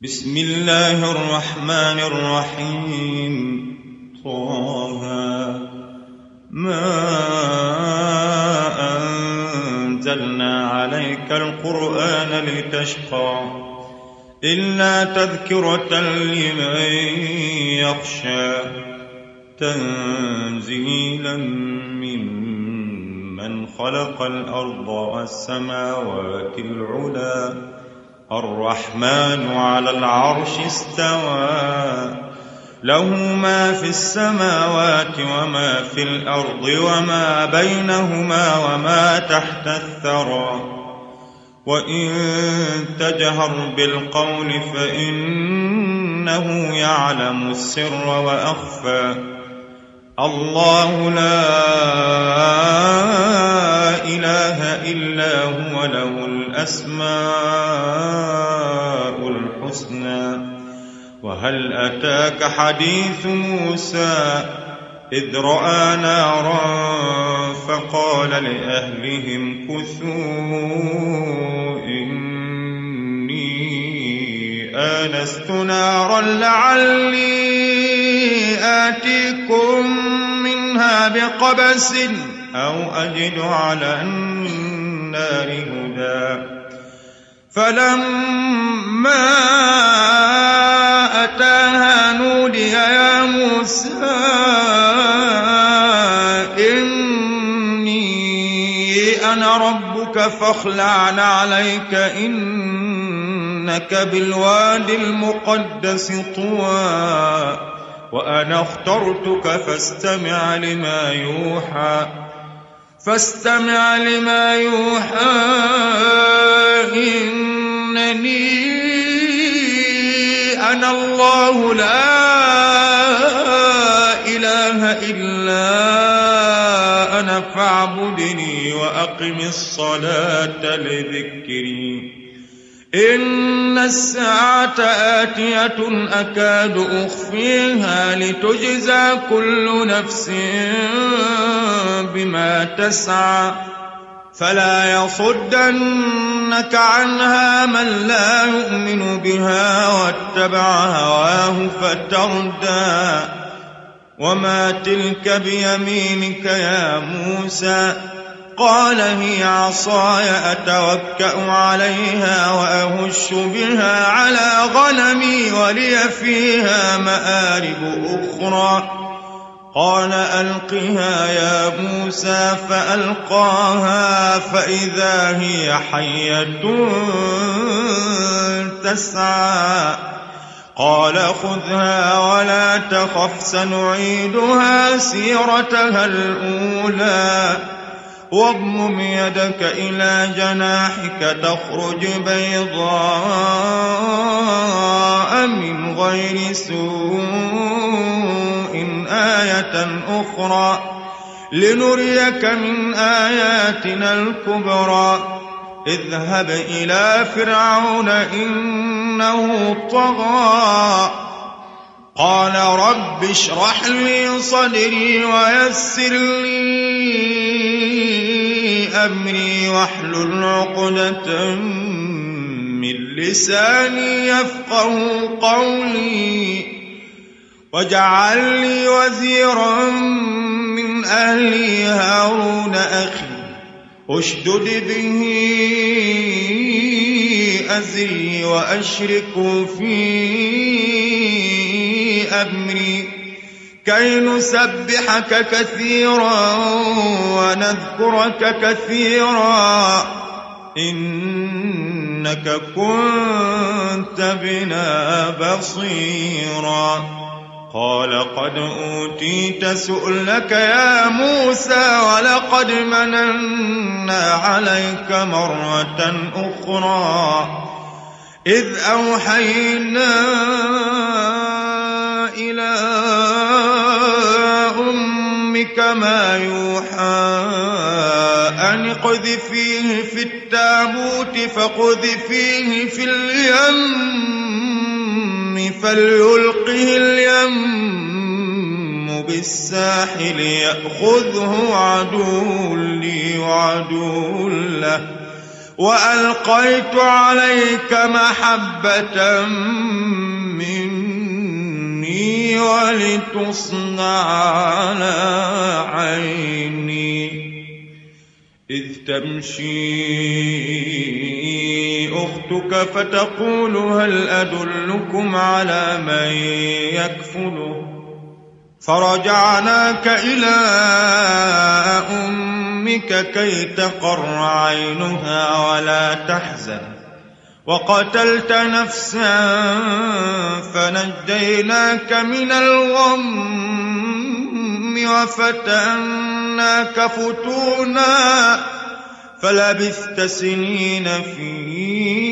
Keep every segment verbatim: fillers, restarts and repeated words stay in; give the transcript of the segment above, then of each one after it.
بسم الله الرحمن الرحيم. طه ما أنزلنا عليك القرآن لتشقى إلا تذكرة لمن يخشى تنزيلا ممن خلق الأرض والسماوات العلى الرحمن على العرش استوى له ما في السماوات وما في الأرض وما بينهما وما تحت الثرى وإن تجهر بالقول فإنه يعلم السر وأخفى الله لا إله إلا هو له الأسماء الحسنى. وهل أتاك حديث موسى إذ رأى نارا فقال لأهلهم كثوا إني آنست نارا لعلي آتيكم منها بقبس أو أجد على النار هدى. فلما أتاها نودي يا موسى إني أنا ربك فاخلع نعليك إنك بالواد المقدس طوى وأنا اخترتك فاستمع لما يوحى فاستمع لما يوحى إنني أنا الله لا إله إلا أنا فاعبدني وأقم الصلاة لذكري إن الساعة آتية أكاد أخفيها لتجزى كل نفس بما تسعى فلا يصدنك عنها من لا يؤمن بها واتبع هواه فتردى. وما تلك بيمينك يا موسى قال هي عصاي أتوكأ عليها وأهش بها على غنمي ولي فيها مآرب أخرى. قال ألقها يا موسى فألقاها فإذا هي حية تسعى. قال خذها ولا تخف سنعيدها سيرتها الأولى واضمم يدك إلى جناحك تخرج بيضاء من غير سوء آية أخرى لنريك من آياتنا الكبرى. اذهب إلى فرعون إنه طغى قال رب اشرح لي صدري ويسر لي أمري واحلل عقدة من لساني يفقه قولي واجعل لي وزيرا من أهلي هارون أخي اشدد به أزري وأشركه في أمري كي نسبحك كثيرا ونذكرك كثيرا إنك كنت بنا بصيرا. قال قد أوتيت سؤلك يا موسى ولقد مننا عليك مرة أخرى إذ أوحينا إلى أمك ما يوحى أن اقذفيه في التابوت فاقذفيه في اليم فليلقه اليم بالساحل يأخذه عدو لي وعدو له وألقيت عليك محبة مني ولتصنع على عيني إذ تمشي أختك فتقول هل أدلكم على من يكفله فرجعناك إلى أمك كي تقر عينها ولا تحزن وقتلت نفسا فنجيناك من الغم وفتناك فتونا فلبثت سنين في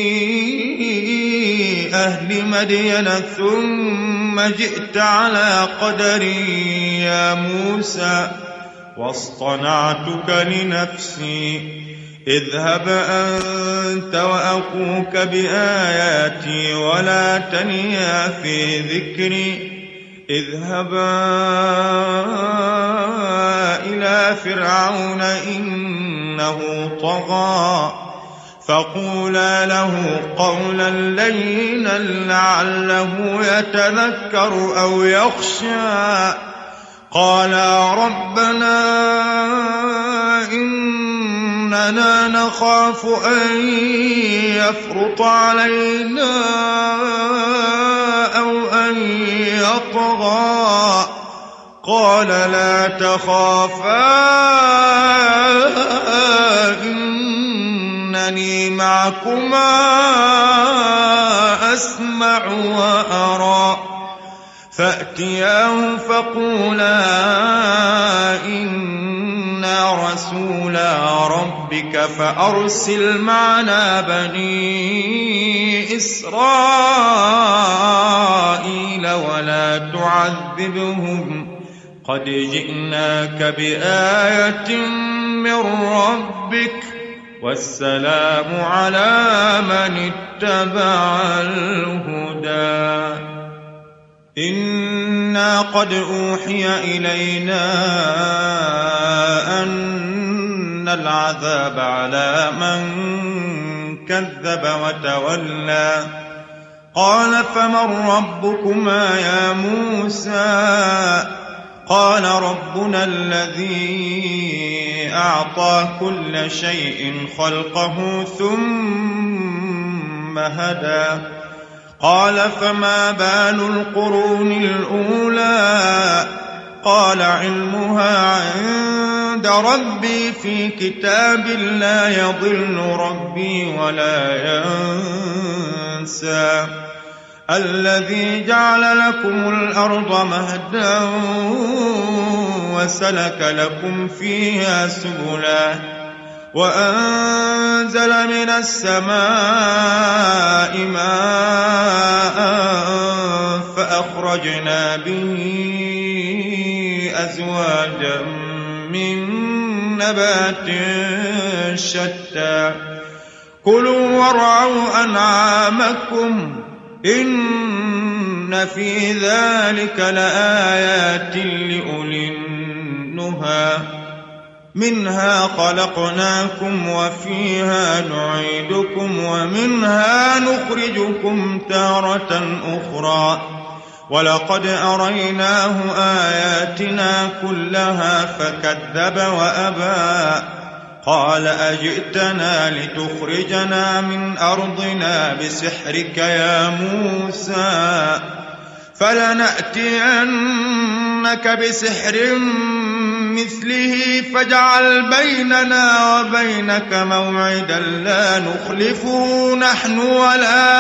أهل مدين ثم جئت على قدري يا موسى واصطنعتك لنفسي اذهب أنت وأخوك بآياتي ولا تنيا في ذكري اذهبا إلى فرعون إنه طغى فقولا له قولا لينا لعله يتذكر أو يخشى قالا ربنا إننا نخاف أن يفرط علينا أو أن يطغى قال لا تخافا إنني معكما أسمع وأرى فأتياه فقولا إنا رسولا ربك فأرسل معنا بني إسرائيل ولا تعذبهم قد جئناك بآية من ربك والسلام على من اتبع الهدى إنا قد أوحي إلينا أن العذاب على من كذب وتولى قال فمن ربكما يا موسى قال ربنا الذي أعطى كل شيء خلقه ثم هدى قال فما بال القرون الأولى قال علمها عند ربي في كتاب لا يضل ربي ولا ينسى الذي جعل لكم الأرض مهدا وسلك لكم فيها سبلا وأنزل من السماء ماء فأخرجنا به أزواجا من نبات شتى كلوا وارعوا أنعامكم إن في ذلك لآيات لأولي النهى منها خلقناكم وفيها نعيدكم ومنها نخرجكم تارة أخرى ولقد أريناه آياتنا كلها فكذب وأبى قال أجئتنا لتخرجنا من أرضنا بسحرك يا موسى فلنأتينك بسحر مثله فاجعل بيننا وبينك موعدا لا نخلفه نحن ولا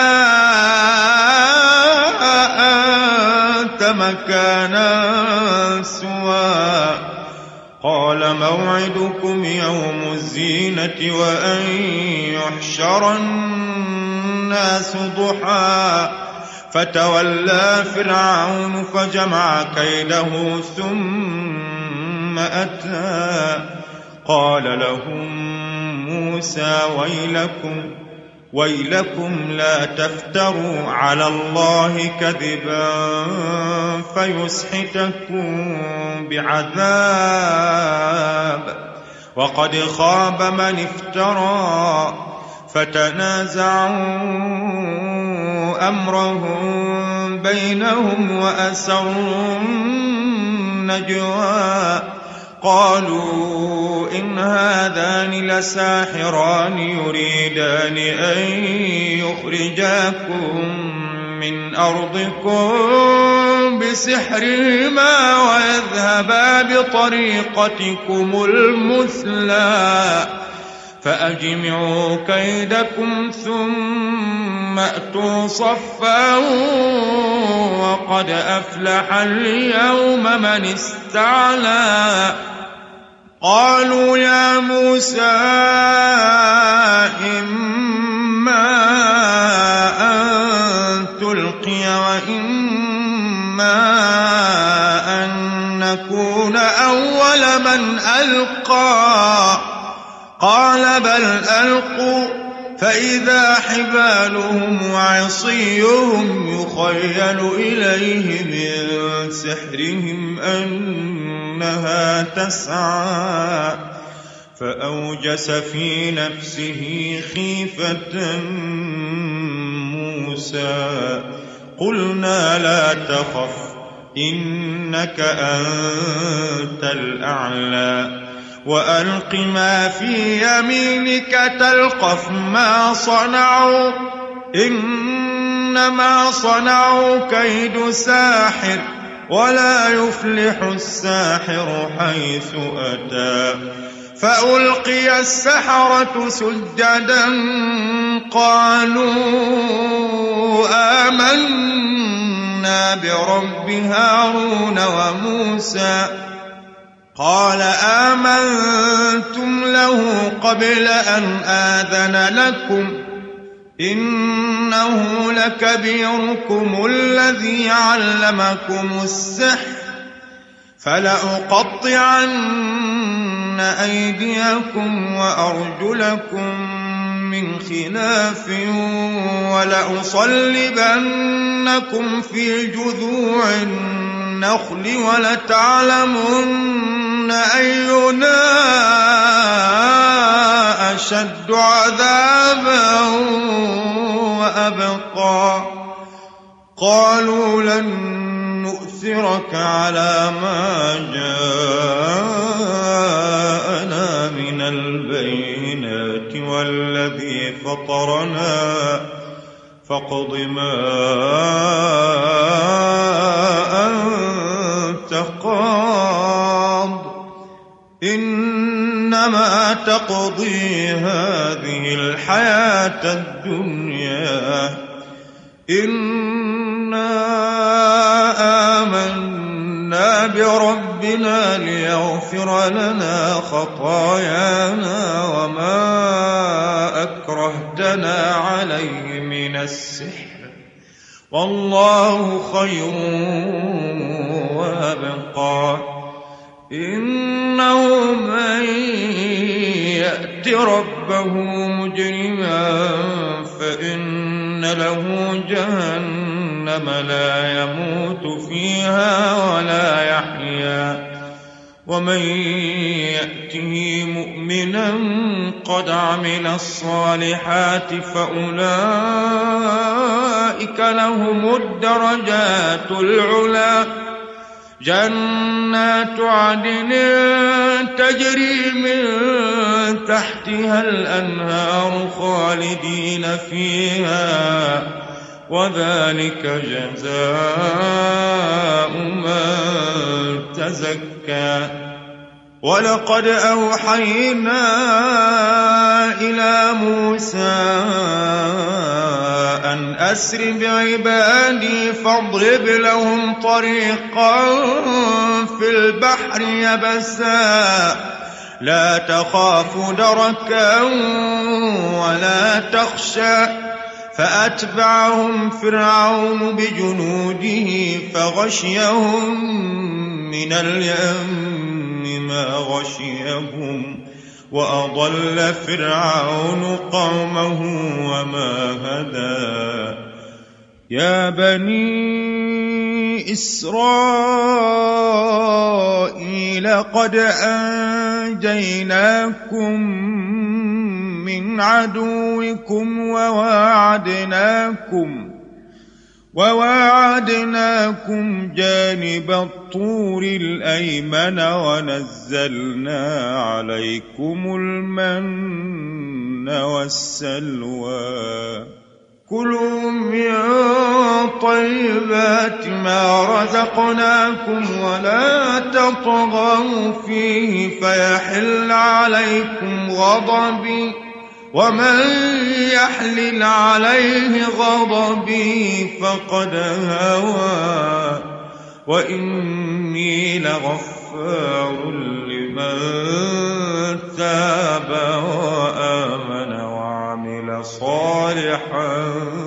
أنت مكانا سوى قال موعدكم يوم الزينة وأن يحشر الناس ضحى فتولى فرعون فجمع كيده ثم أتى قال لهم موسى ويلكم ويلكم لا تفتروا على الله كذبا فيسحتكم بعذاب وقد خاب من افترى فتنازعوا أمرهم بينهم وأسروا النجوى قالوا إن هذان لساحران يريدان أن يخرجاكم من أرضكم بسحرهما ويذهبا بطريقتكم المثلى فأجمعوا كيدكم ثم أتوا صفا وقد أفلح اليوم من استعلى قالوا يا موسى إما أن تلقي وإما أن نكون أول من ألقى قال بل ألقوا فإذا حبالهم وعصيهم يخيل إليه من سحرهم أنها تسعى فأوجس في نفسه خيفة موسى قلنا لا تخف إنك أنت الأعلى وألق ما في يمينك تلقف ما صنعوا إنما صنعوا كيد ساحر ولا يفلح الساحر حيث أتى فألقي السحرة سجدا قالوا آمنا برب هارون وموسى قال آمنتم له قبل أن آذن لكم إنه لكبيركم الذي علمكم السحر فلأقطعن أيديكم وأرجلكم من خلاف ولأصلبنكم في جذوع النخل ولتعلمن أينا أشد عذابا وأبقى قالوا لن نؤثرك على ما جاءنا من البينات والذي فطرنا فاقض ما أنت قاض إنما تقضي هذه الحياة الدنيا إنا آمنا بربنا ليغفر لنا خطايانا وما أكرهتنا عليه من السحر والله خير وأبقى إنه من يأت ربه مجرما فإن له جهنم لا يموت فيها ولا يحيا ومن يأته مؤمنا قد عمل الصالحات فأولئك لهم الدرجات العلى جنات عدن تجري من تحتها الأنهار خالدين فيها وذلك جزاء من تزكى ولقد أوحينا إلى موسى أن أسر بعبادي فاضرب لهم طريقا في البحر يبسا لا تخاف دركا ولا تخشى فأتبعهم فرعون بجنوده فغشيهم من اليم ما غشيهم وأضل فرعون قومه وما هدى يا بني إسرائيل قد ونجيناكم من عدوكم وواعدناكم وواعدناكم جانب الطور الأيمن ونزلنا عليكم المن والسلوى كلوا من طيبات ما رزقناكم ولا تطغوا فيه فيحل عليكم غضبي ومن يحلل عليه غضبي فقد هوى وإني لغفار لمن تاب وآمن وعمل صالحا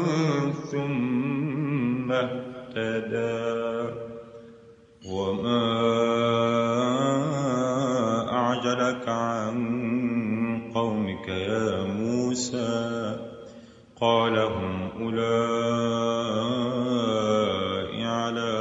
ثم اهتدى وما أعجلك عن قومك يا موسى قال هم أولئك على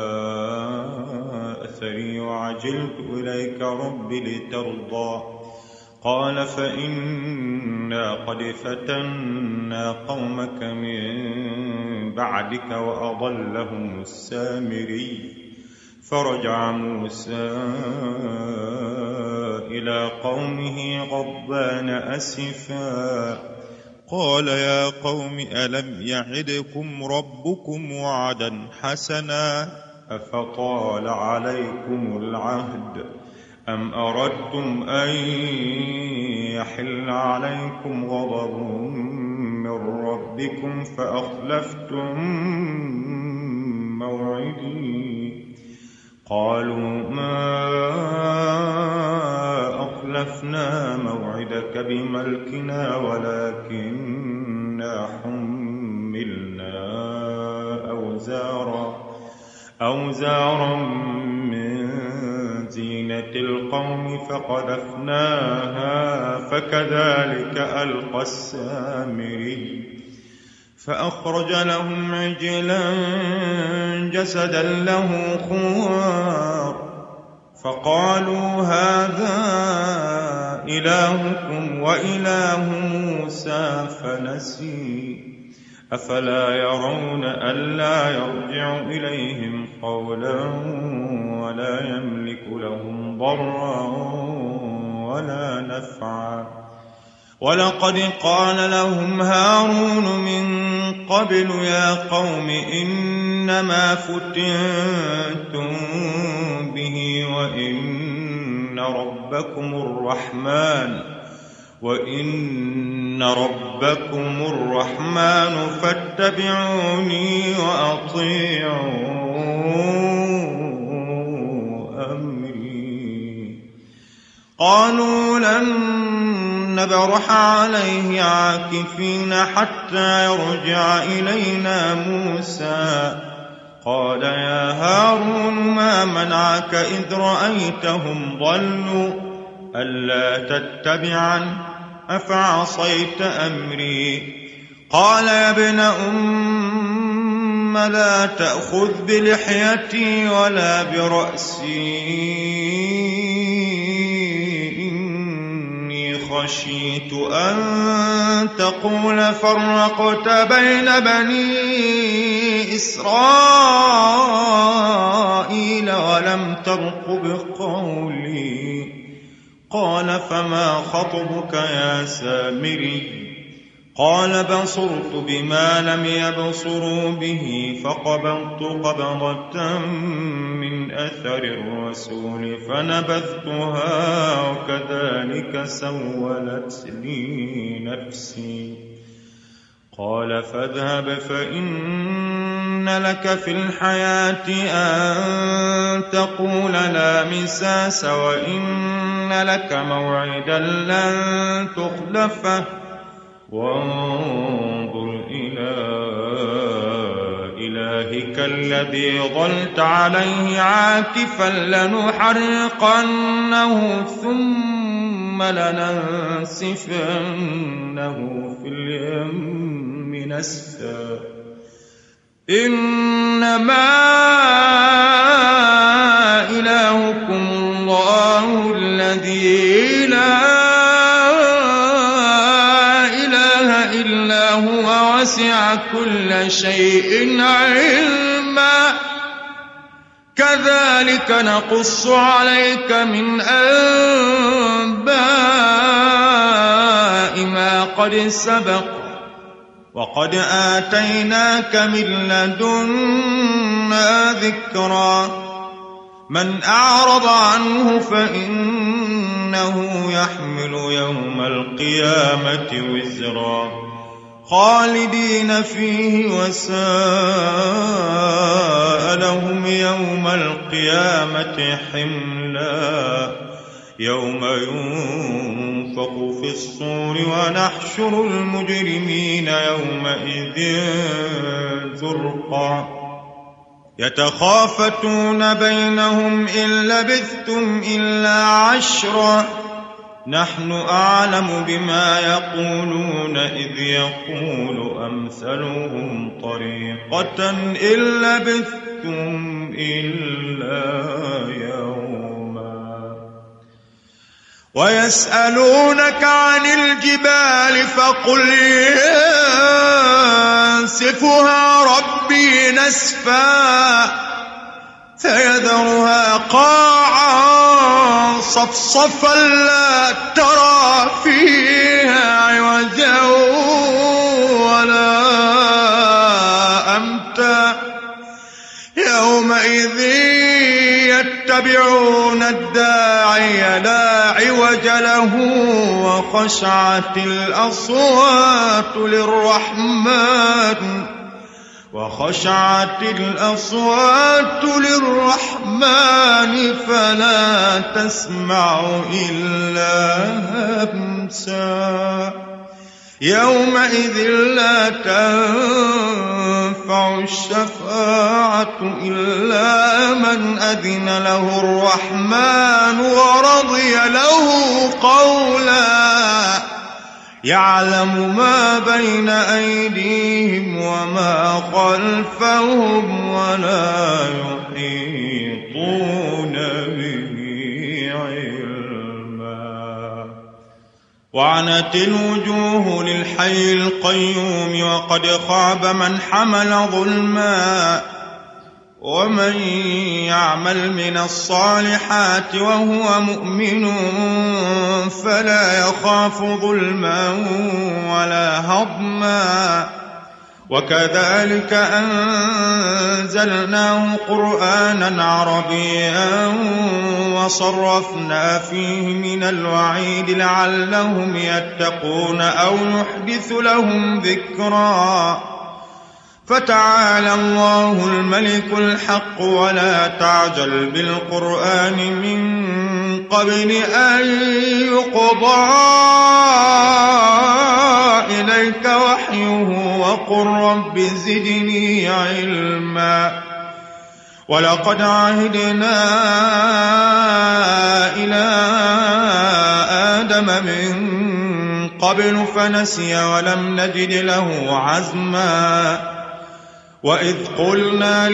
أثري وعجلت إليك رب لترضى قال فإنا قد فتنا قومك من بعدك وأضلهم السامري فرجع موسى إلى قومه غضبان أسفا قال يا قوم ألم يعدكم ربكم وعدا حسنا أفطال عليكم العهد أم أردتم أن يحل عليكم غضب من ربكم فأخلفتم موعدي قالوا ما أخلفنا موعدك بملكنا ولكننا حملنا أوزارا أوزارا من زينة القوم فقذفناها فكذلك ألقى السامري فأخرج لهم عجلا جسدا له خوار فقالوا هذا إلهكم وإله موسى فنسي أفلا يرون ألا يرجع إليهم قولا ولا يملك لهم ضرا ولا نفعا ولقد قال لهم هارون من قبل يا قوم إنما فتنتم به وإن ربكم الرحمن وإن ربكم الرحمن فاتبعوني وأطيعوا أمري قالوا لن نبرح عليه عاكفين حتى يرجع إلينا موسى قال يا هارون ما منعك إذ رأيتهم ضلوا ألا تتبعن أفعصيت أمري قال يا ابن أم لا تأخذ بلحيتي ولا برأسي خشيت أن تقول فرقت بين بني إسرائيل ولم ترقب قولي قال فما خطبك يا سامري قال بصرت بما لم يبصروا به فقبضت قبضة من أثر الرسول فنبذتها وكذلك سولت لي نفسي قال فاذهب فإن لك في الحياة أن تقول لا مساس وإن لك موعدا لن تخلفه وانظر إلى إلهك الذي ظلت عليه عاكفا لنحرقنه ثم لننسفنه في اليم نسفا إنما إلهكم الله الذي لا كل شيء علما كذلك نقص عليك من أنباء ما قد سبق وقد آتيناك من لدنا ذكرا من أعرض عنه فإنه يحمل يوم القيامة وزرا خالدين فيه وساء لهم يوم القيامة حملا يوم ينفخ في الصور ونحشر المجرمين يومئذ زرقا يتخافتون بينهم إن لبثتم إلا عشرا نحن أعلم بما يقولون إذ يقول أمثلهم طريقة إن لبثتم إلا يوما ويسألونك عن الجبال فقل ينسفها ربي نسفا فيذرها قاعا صفصفا لا ترى فيها عوجا ولا أمتا يومئذ يتبعون الداعي لا عوج له وخشعت الأصوات للرحمن وخشعت الأصوات للرحمن فلا تسمع إلا همسا يومئذ لا تنفع الشفاعة إلا من أذن له الرحمن ورضي له قولا يعلم ما بين أيديهم وما خلفهم ولا يحيطون به علما وعنت الوجوه للحي القيوم وقد خاب من حمل ظلما ومن يعمل من الصالحات وهو مؤمن فلا يخاف ظلما ولا هضما وكذلك أنزلناه قرآنا عربيا وصرفنا فيه من الوعيد لعلهم يتقون أو يحدث لهم ذكرا فتعالى الله الملك الحق ولا تعجل بالقرآن من قبل أن يقضى إليك وحيه وقل رب زدني علما ولقد عهدنا إلى آدم من قبل فنسي ولم نجد له عزما وإذ قلنا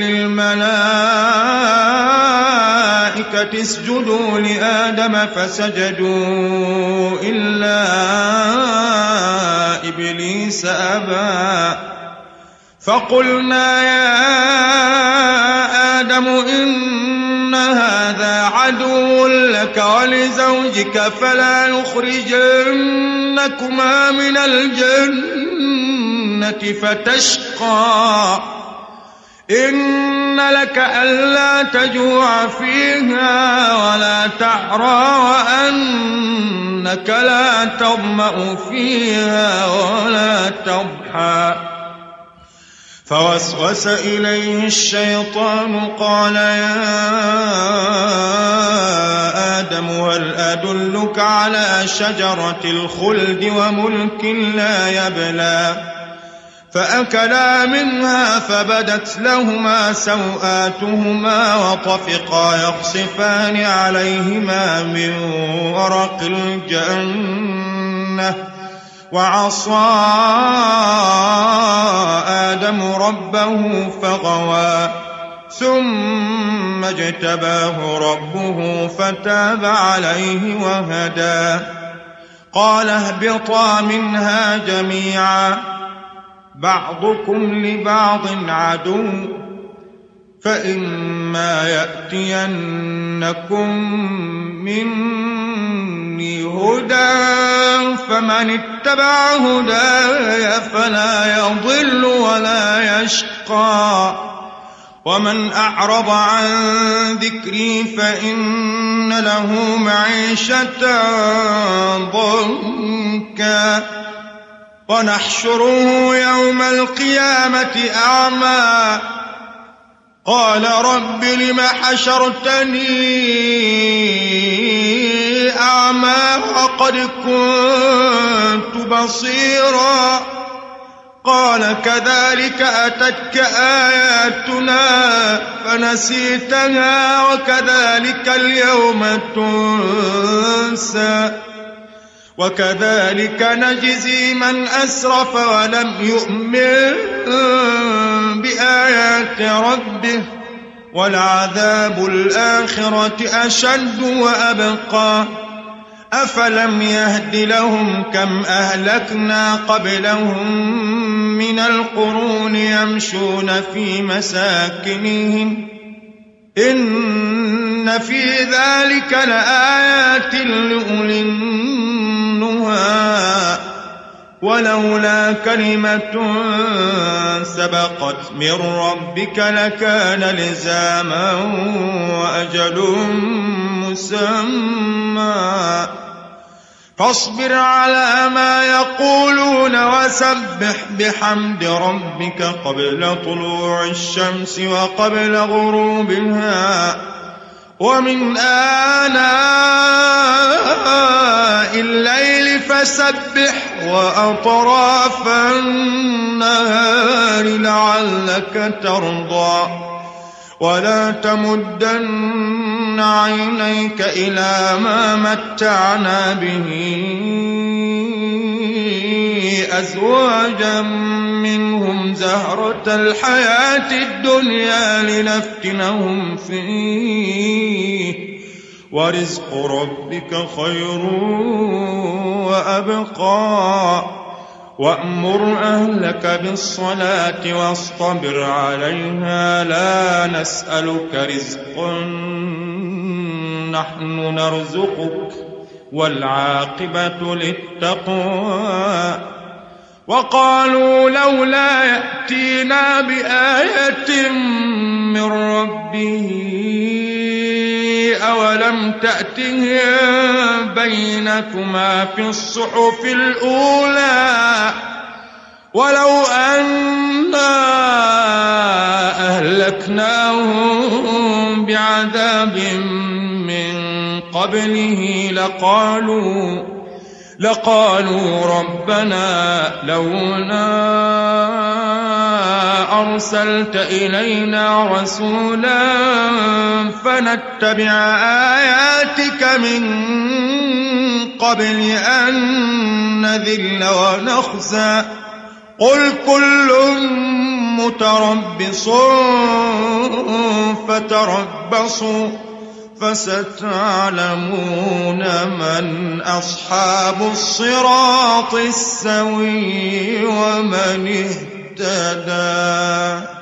للملائكة اسجدوا لآدم فسجدوا إلا إبليس أبى فقلنا يا آدم إن هذا عدو لك ولزوجك فلا يخرجنكما من الجنة فتشقى إن لك ألا تجوع فيها ولا تعرى وأنك لا تظمأ فيها ولا تضحى فوسوس إليه الشيطان قال يا آدم هل أدلك على شجرة الخلد وملك لا يبلى فأكلا منها فبدت لهما سوآتهما وطفقا يخصفان عليهما من ورق الجنة وعصى آدم ربه فغوى ثم اجتباه ربه فتاب عليه وهدى قال اهبطا منها جميعا بعضكم لبعض عدو فإما يأتينكم مني هدى فمن اتبع هداي فلا يضل ولا يشقى ومن أعرض عن ذكري فإن له معيشة ضنكا ونحشره يوم القيامة أعمى قال رب لم حشرتني أعمى وقد كنت بصيرا قال كذلك أتتك آياتنا فنسيتها وكذلك اليوم تنسى وكذلك نجزي من أسرف ولم يؤمن بآيات ربه ولعذاب الآخرة أشد وأبقى أفلم يهد لهم كم أهلكنا قبلهم من القرون يمشون في مساكنهم إن في ذلك لآيات لأولي النهى ولولا كلمة سبقت من ربك لكان لزاما وأجل مسمى فاصبر على ما يقولون وسبح بحمد ربك قبل طلوع الشمس وقبل غروبها ومن آناء الليل فسبح وأطراف النهار لعلك ترضى ولا تمدن عينيك إلى ما متعنا به أزواجا منهم زهرة الحياة الدنيا لنفتنهم فيه ورزق ربك خير وأبقى وأمر أهلك بالصلاة واصطبر عليها لا نسألك رزقا نحن نرزقك والعاقبة للتقوى وقالوا لولا يأتينا بآية من ربه أولم تأتهم بينة ما في الصحف الأولى ولو أنا أهلكناهم بعذاب من قبله لقالوا لقالوا ربنا لولا أرسلت إلينا رسولا فنتبع آياتك من قبل أن نذل ونخزى قل كل متربص فتربصوا فستعلمون من أصحاب الصراط السوي ومن اهتدى.